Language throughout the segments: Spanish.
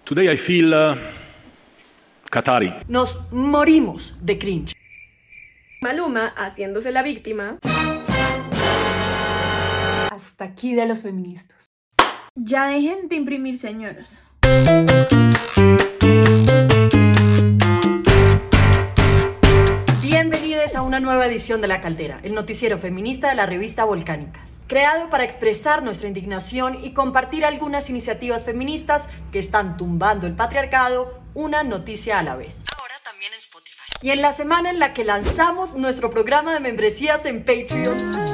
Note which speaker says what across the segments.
Speaker 1: Today I feel Qatari.
Speaker 2: Nos morimos de cringe.
Speaker 3: Maluma haciéndose la víctima.
Speaker 4: Hasta aquí de los feministas.
Speaker 5: Ya dejen de imprimir, señoros.
Speaker 2: Bienvenidos a una nueva edición de La Caldera, el noticiero feminista de la revista Volcánicas, creado para expresar nuestra indignación y compartir algunas iniciativas feministas que están tumbando el patriarcado, una noticia a la vez. Ahora también en Spotify. Y en la semana en la que lanzamos nuestro programa de membresías en Patreon,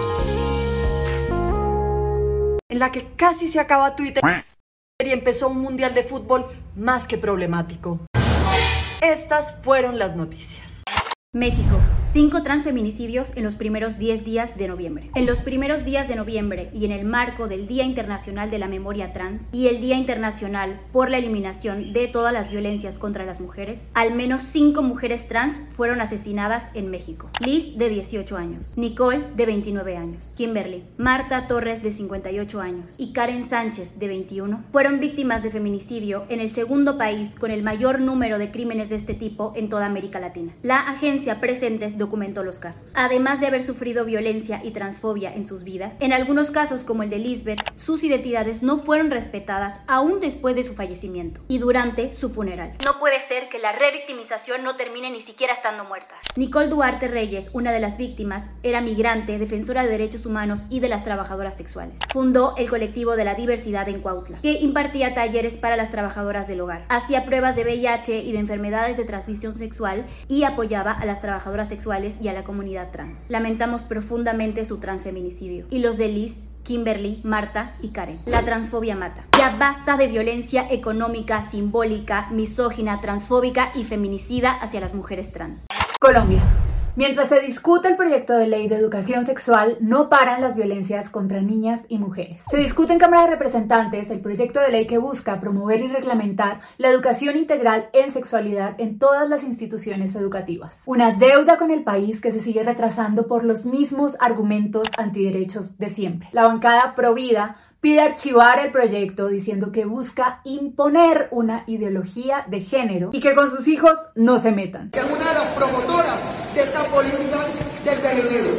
Speaker 2: en la que casi se acaba Twitter y empezó un mundial de fútbol más que problemático. Estas fueron las noticias.
Speaker 6: México. 5 transfeminicidios en los primeros 10 días de noviembre. En los primeros días de noviembre y en el marco del Día Internacional de la Memoria Trans y el Día Internacional por la Eliminación de todas las violencias contra las mujeres, al menos 5 mujeres trans fueron asesinadas en México. Liz, de 18 años, Nicole, de 29 años, Kimberly, Marta Torres, de 58 años y Karen Sánchez, de 21, fueron víctimas de feminicidio en el segundo país con el mayor número de crímenes de este tipo en toda América Latina. La agencia Presentes documentó los casos. Además de haber sufrido violencia y transfobia en sus vidas, en algunos casos como el de Lisbeth, sus identidades no fueron respetadas aún después de su fallecimiento y durante su funeral. No puede ser que la revictimización no termine ni siquiera estando muertas. Nicole Duarte Reyes, una de las víctimas, era migrante, defensora de derechos humanos y de las trabajadoras sexuales. Fundó el colectivo de la diversidad en Cuautla, que impartía talleres para las trabajadoras del hogar, hacía pruebas de VIH y de enfermedades de transmisión sexual y apoyaba a las trabajadoras sexuales y a la comunidad trans. Lamentamos profundamente su transfeminicidio y los de Liz, Kimberly, Marta y Karen. La transfobia mata. Ya basta de violencia económica, simbólica, misógina, transfóbica y feminicida hacia las mujeres trans.
Speaker 4: Colombia. Mientras se discute el proyecto de ley de educación sexual, no paran las violencias contra niñas y mujeres. Se discute en Cámara de Representantes el proyecto de ley que busca promover y reglamentar la educación integral en sexualidad en todas las instituciones educativas. Una deuda con el país que se sigue retrasando por los mismos argumentos antiderechos de siempre. La bancada Provida pide archivar el proyecto diciendo que busca imponer una ideología de género y que con sus hijos no se metan.
Speaker 7: Es una de las promotoras de estas políticas desde género.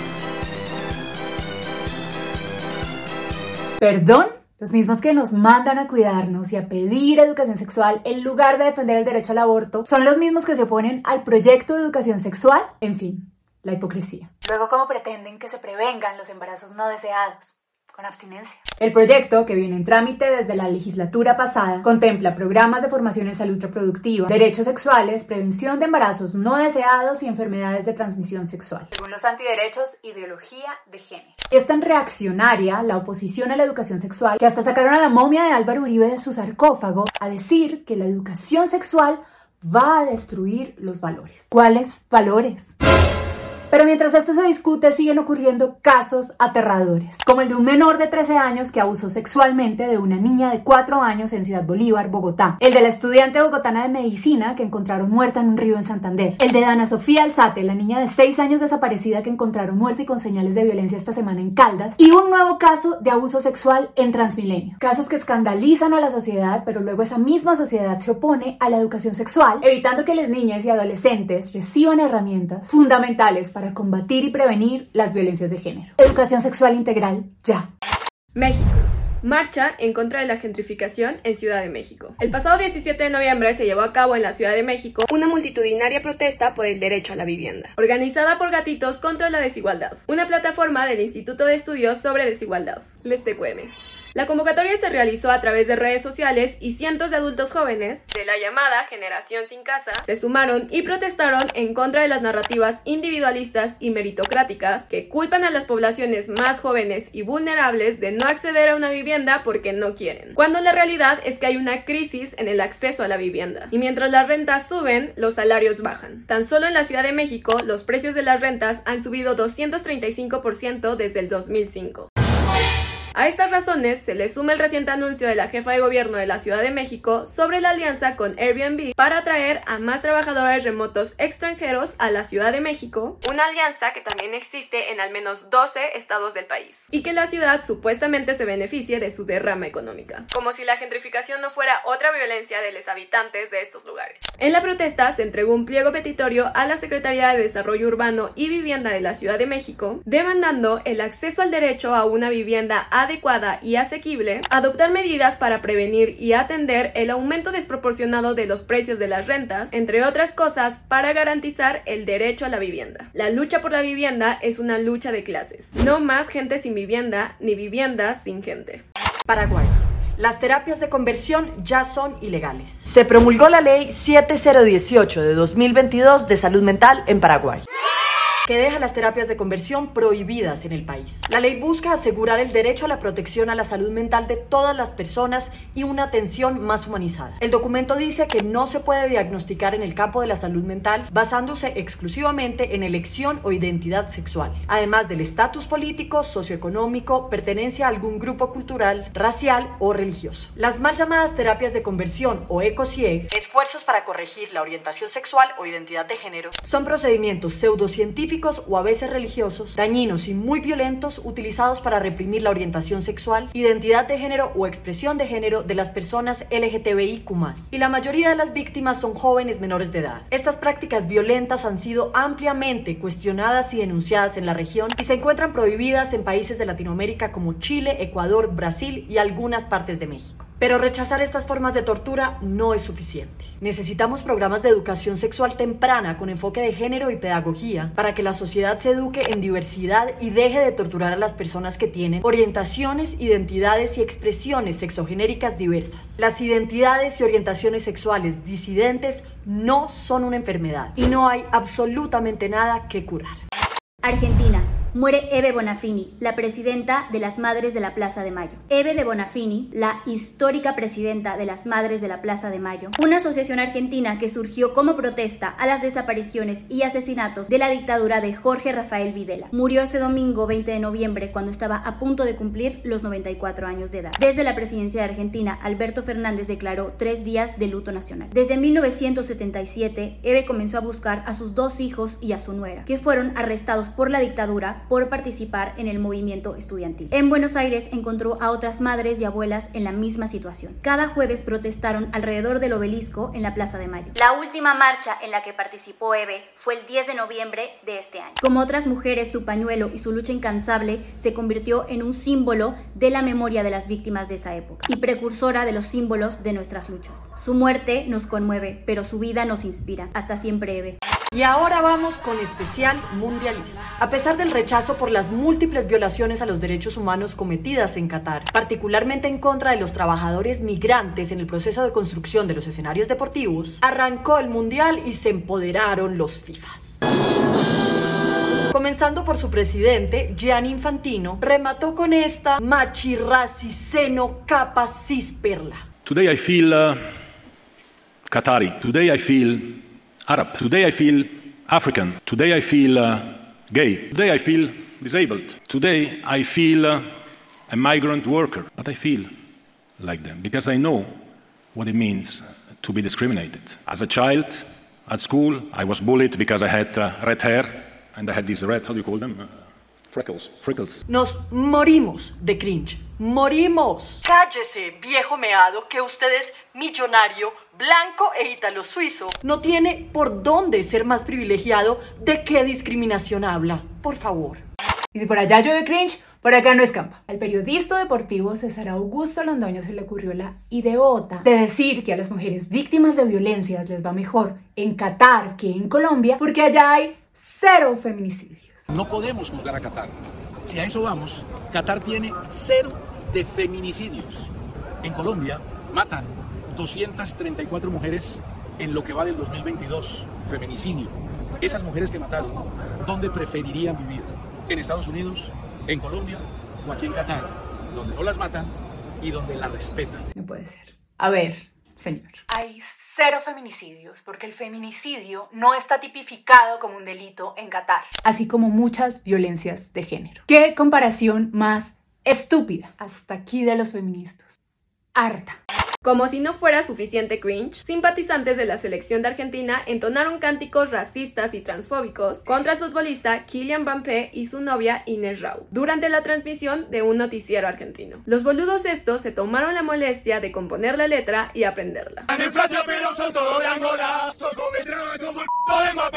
Speaker 4: ¿Perdón? Los mismos que nos mandan a cuidarnos y a pedir educación sexual en lugar de defender el derecho al aborto son los mismos que se oponen al proyecto de educación sexual. En fin, la hipocresía. Luego, ¿cómo pretenden que se prevengan los embarazos no deseados? Con abstinencia. El proyecto, que viene en trámite desde la legislatura pasada, contempla programas de formación en salud reproductiva, derechos sexuales, prevención de embarazos no deseados y enfermedades de transmisión sexual. Según los antiderechos, ideología de género. Y es tan reaccionaria la oposición a la educación sexual que hasta sacaron a la momia de Álvaro Uribe de su sarcófago a decir que la educación sexual va a destruir los valores. ¿Cuáles valores? Pero mientras esto se discute, siguen ocurriendo casos aterradores, como el de un menor de 13 años que abusó sexualmente de una niña de 4 años en Ciudad Bolívar, Bogotá, el de la estudiante bogotana de medicina que encontraron muerta en un río en Santander, el de Dana Sofía Alzate, la niña de 6 años desaparecida que encontraron muerta y con señales de violencia esta semana en Caldas, y un nuevo caso de abuso sexual en Transmilenio. Casos que escandalizan a la sociedad, pero luego esa misma sociedad se opone a la educación sexual, evitando que las niñas y adolescentes reciban herramientas fundamentales para combatir y prevenir las violencias de género. Educación sexual integral, ya.
Speaker 3: México. Marcha en contra de la gentrificación en Ciudad de México. El pasado 17 de noviembre se llevó a cabo en la Ciudad de México una multitudinaria protesta por el derecho a la vivienda, organizada por Gatitos contra la Desigualdad, una plataforma del Instituto de Estudios sobre Desigualdad, les TQM. La convocatoria se realizó a través de redes sociales y cientos de adultos jóvenes de la llamada Generación Sin Casa se sumaron y protestaron en contra de las narrativas individualistas y meritocráticas que culpan a las poblaciones más jóvenes y vulnerables de no acceder a una vivienda porque no quieren, cuando la realidad es que hay una crisis en el acceso a la vivienda. Y mientras las rentas suben, los salarios bajan. Tan solo en la Ciudad de México, los precios de las rentas han subido 235% desde el 2005. A estas razones se le suma el reciente anuncio de la jefa de gobierno de la Ciudad de México sobre la alianza con Airbnb para atraer a más trabajadores remotos extranjeros a la Ciudad de México, una alianza que también existe en al menos 12 estados del país, y que la ciudad supuestamente se beneficie de su derrama económica. Como si la gentrificación no fuera otra violencia de los habitantes de estos lugares. En la protesta se entregó un pliego petitorio a la Secretaría de Desarrollo Urbano y Vivienda de la Ciudad de México, demandando el acceso al derecho a una vivienda adecuada y asequible, adoptar medidas para prevenir y atender el aumento desproporcionado de los precios de las rentas, entre otras cosas, para garantizar el derecho a la vivienda. La lucha por la vivienda es una lucha de clases. No más gente sin vivienda, ni viviendas sin gente.
Speaker 2: Paraguay. Las terapias de conversión ya son ilegales. Se promulgó la ley 7018 de 2022 de salud mental en Paraguay, que deja las terapias de conversión prohibidas en el país. La ley busca asegurar el derecho a la protección a la salud mental de todas las personas y una atención más humanizada. El documento dice que no se puede diagnosticar en el campo de la salud mental basándose exclusivamente en elección o identidad sexual, además del estatus político, socioeconómico, pertenencia a algún grupo cultural, racial o religioso. Las mal llamadas terapias de conversión o ECOSIEG, esfuerzos para corregir la orientación sexual o identidad de género, son procedimientos pseudocientíficos o a veces religiosos, dañinos y muy violentos utilizados para reprimir la orientación sexual, identidad de género o expresión de género de las personas LGTBIQ+. Y la mayoría de las víctimas son jóvenes menores de edad. Estas prácticas violentas han sido ampliamente cuestionadas y denunciadas en la región y se encuentran prohibidas en países de Latinoamérica como Chile, Ecuador, Brasil y algunas partes de México. Pero rechazar estas formas de tortura no es suficiente. Necesitamos programas de educación sexual temprana con enfoque de género y pedagogía para que la sociedad se eduque en diversidad y deje de torturar a las personas que tienen orientaciones, identidades y expresiones sexogenéricas diversas. Las identidades y orientaciones sexuales disidentes no son una enfermedad y no hay absolutamente nada que curar.
Speaker 6: Argentina. Muere Eve Bonafini, la presidenta de las Madres de la Plaza de Mayo. Eve de Bonafini, la histórica presidenta de las Madres de la Plaza de Mayo, una asociación argentina que surgió como protesta a las desapariciones y asesinatos de la dictadura de Jorge Rafael Videla. Murió este domingo 20 de noviembre cuando estaba a punto de cumplir los 94 años de edad. Desde la presidencia de Argentina, Alberto Fernández declaró 3 días de luto nacional. Desde 1977, Eve comenzó a buscar a sus 2 hijos y a su nuera, que fueron arrestados por la dictadura por participar en el movimiento estudiantil. En Buenos Aires encontró a otras madres y abuelas en la misma situación. Cada jueves protestaron alrededor del obelisco en la Plaza de Mayo. La última marcha en la que participó Eve fue el 10 de noviembre de este año. Como otras mujeres, su pañuelo y su lucha incansable se convirtió en un símbolo de la memoria de las víctimas de esa época y precursora de los símbolos de nuestras luchas. Su muerte nos conmueve, pero su vida nos inspira. Hasta siempre, Eve.
Speaker 2: Y ahora vamos con especial mundialista. A pesar del rechazo por las múltiples violaciones a los derechos humanos cometidas en Qatar, particularmente en contra de los trabajadores migrantes en el proceso de construcción de los escenarios deportivos, arrancó el mundial y se empoderaron los FIFAs. Comenzando por su presidente, Gianni Infantino, remató con esta machirraci seno capa cis perla.
Speaker 1: Today I feel Qatari. Today I feel Arab. Today I feel African. Today I feel gay. Today I feel disabled. Today I feel a migrant worker. But I feel like them because I know what it means to be discriminated. As a child, at school, I was bullied because I had red hair and I had these red, how do you call them? Freckles.
Speaker 2: Nos morimos de cringe. ¡Morimos! Cállese, viejo meado, que usted es millonario, blanco e italo-suizo. No tiene por dónde ser más privilegiado. ¿De qué discriminación habla? Por favor.
Speaker 4: Y si por allá llueve cringe, por acá no escampa. Al periodista deportivo César Augusto Londoño se le ocurrió la idiota de decir que a las mujeres víctimas de violencias les va mejor en Qatar que en Colombia porque allá hay 0 feminicidios.
Speaker 8: No podemos juzgar a Qatar. Si a eso vamos, Qatar tiene 0 de feminicidios. En Colombia matan 234 mujeres en lo que va del 2022, feminicidio. Esas mujeres que mataron, ¿dónde preferirían vivir? ¿En Estados Unidos, en Colombia o aquí en Qatar? Donde no las matan y donde las respetan.
Speaker 4: No puede ser. A ver, señor.
Speaker 9: Hay 0 feminicidios porque el feminicidio no está tipificado como un delito en Qatar.
Speaker 4: Así como muchas violencias de género. ¿Qué comparación más Estúpida. Hasta aquí de los feministas. Harta.
Speaker 3: Como si no fuera suficiente cringe, simpatizantes de la selección de Argentina entonaron cánticos racistas y transfóbicos contra el futbolista Kylian Mbappé y su novia Inés Rau durante la transmisión de un noticiero argentino. Los boludos estos se tomaron la molestia de componer la letra y aprenderla.
Speaker 10: En Francia, pero son todos de Angola, son como el de Mbappé,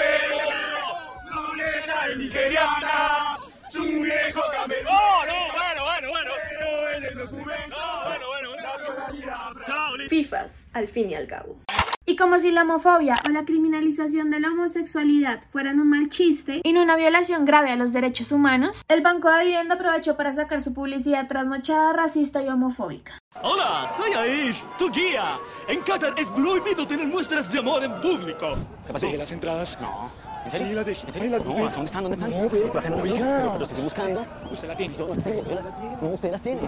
Speaker 10: no nigeriana, su viejo camelón. Bueno. En el documento,
Speaker 3: FIFAs, al fin y al cabo.
Speaker 5: Y como si la homofobia o la criminalización de la homosexualidad fueran un mal chiste y no una violación grave a los derechos humanos, el Banco de Vivienda aprovechó para sacar su publicidad trasnochada, racista y homofóbica.
Speaker 10: Hola, soy Aish, tu guía. En Qatar es prohibido tener muestras de amor en público. ¿Qué pasa? ¿Dejé las entradas? No. ¿En serio? Sí, las dejé. ¿En serio? ¿Dónde están? No, pero lo estoy buscando. Usted la tiene. No, usted las tiene.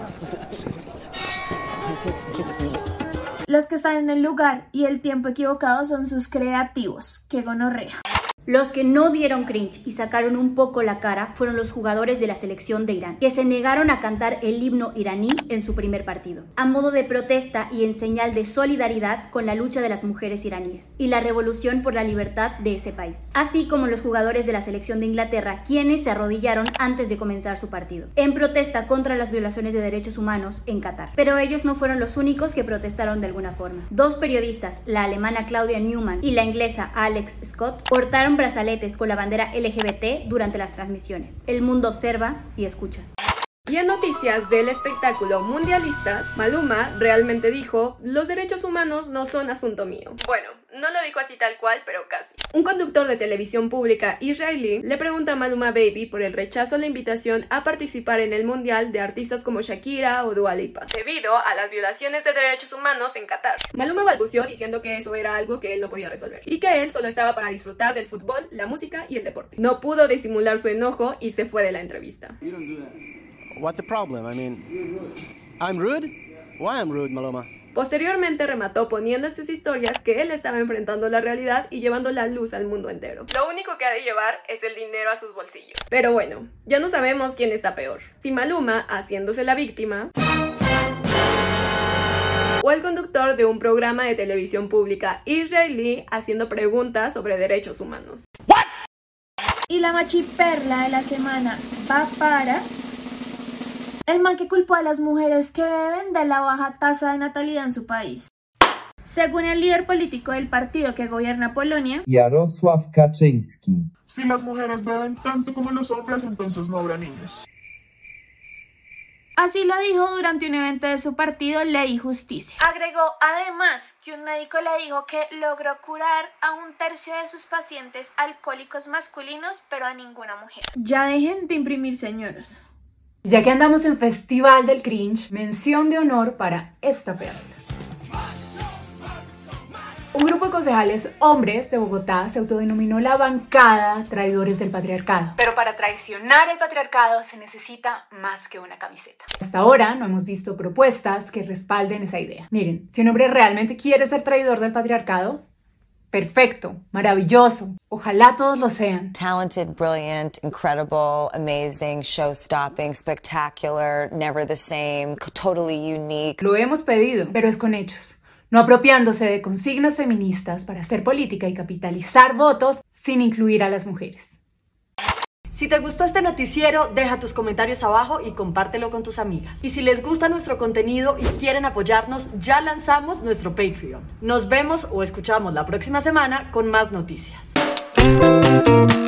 Speaker 5: Los que están en el lugar y el tiempo equivocado son sus creativos. ¡Qué gonorrea!
Speaker 6: Los que no dieron cringe y sacaron un poco la cara fueron los jugadores de la selección de Irán, que se negaron a cantar el himno iraní en su primer partido, a modo de protesta y en señal de solidaridad con la lucha de las mujeres iraníes y la revolución por la libertad de ese país, así como los jugadores de la selección de Inglaterra, quienes se arrodillaron antes de comenzar su partido, en protesta contra las violaciones de derechos humanos en Qatar. Pero ellos no fueron los únicos que protestaron de alguna forma. Dos periodistas, la alemana Claudia Newman y la inglesa Alex Scott, portaron brazaletes con la bandera LGBT durante las transmisiones. El mundo observa y escucha.
Speaker 3: Y en noticias del espectáculo mundialistas, Maluma realmente dijo: los derechos humanos no son asunto mío. Bueno, no lo dijo así tal cual, pero casi. Un conductor de televisión pública israelí le pregunta a Maluma Baby por el rechazo a la invitación a participar en el mundial de artistas como Shakira o Dua Lipa, debido a las violaciones de derechos humanos en Qatar. Maluma balbuceó diciendo que eso era algo que él no podía resolver y que él solo estaba para disfrutar del fútbol, la música y el deporte. No pudo disimular su enojo y se fue de la entrevista.
Speaker 11: What the problem? I mean, I'm rude? Why I'm rude, Maluma?
Speaker 3: Posteriormente remató poniendo en sus historias que él estaba enfrentando la realidad y llevando la luz al mundo entero. Lo único que ha de llevar es el dinero a sus bolsillos. Pero bueno, ya no sabemos quién está peor. Si Maluma haciéndose la víctima, o el conductor de un programa de televisión pública israelí haciendo preguntas sobre derechos humanos.
Speaker 5: ¿What? Y la machiperla de la semana va para... el man que culpó a las mujeres que beben de la baja tasa de natalidad en su país. Según el líder político del partido que gobierna Polonia,
Speaker 12: Jarosław Kaczyński,
Speaker 13: si las mujeres beben tanto como los hombres, entonces no habrá niños.
Speaker 5: Así lo dijo durante un evento de su partido Ley y Justicia. Agregó además que un médico le dijo que logró curar a 1/3 de sus pacientes alcohólicos masculinos, pero a ninguna mujer. Ya dejen de imprimir señoros.
Speaker 4: Ya que andamos en Festival del Cringe, mención de honor para esta perla. Un grupo de concejales hombres de Bogotá se autodenominó la bancada Traidores del Patriarcado.
Speaker 9: Pero para traicionar el patriarcado se necesita más que una camiseta.
Speaker 4: Hasta ahora no hemos visto propuestas que respalden esa idea. Miren, si un hombre realmente quiere ser traidor del patriarcado, perfecto, maravilloso. Ojalá todos lo sean.
Speaker 14: Talented, brilliant, incredible, amazing, show-stopping, spectacular, never the same, totally unique.
Speaker 4: Lo hemos pedido, pero es con hechos. No apropiándose de consignas feministas para hacer política y capitalizar votos sin incluir a las mujeres.
Speaker 2: Si te gustó este noticiero, deja tus comentarios abajo y compártelo con tus amigas. Y si les gusta nuestro contenido y quieren apoyarnos, ya lanzamos nuestro Patreon. Nos vemos o escuchamos la próxima semana con más noticias.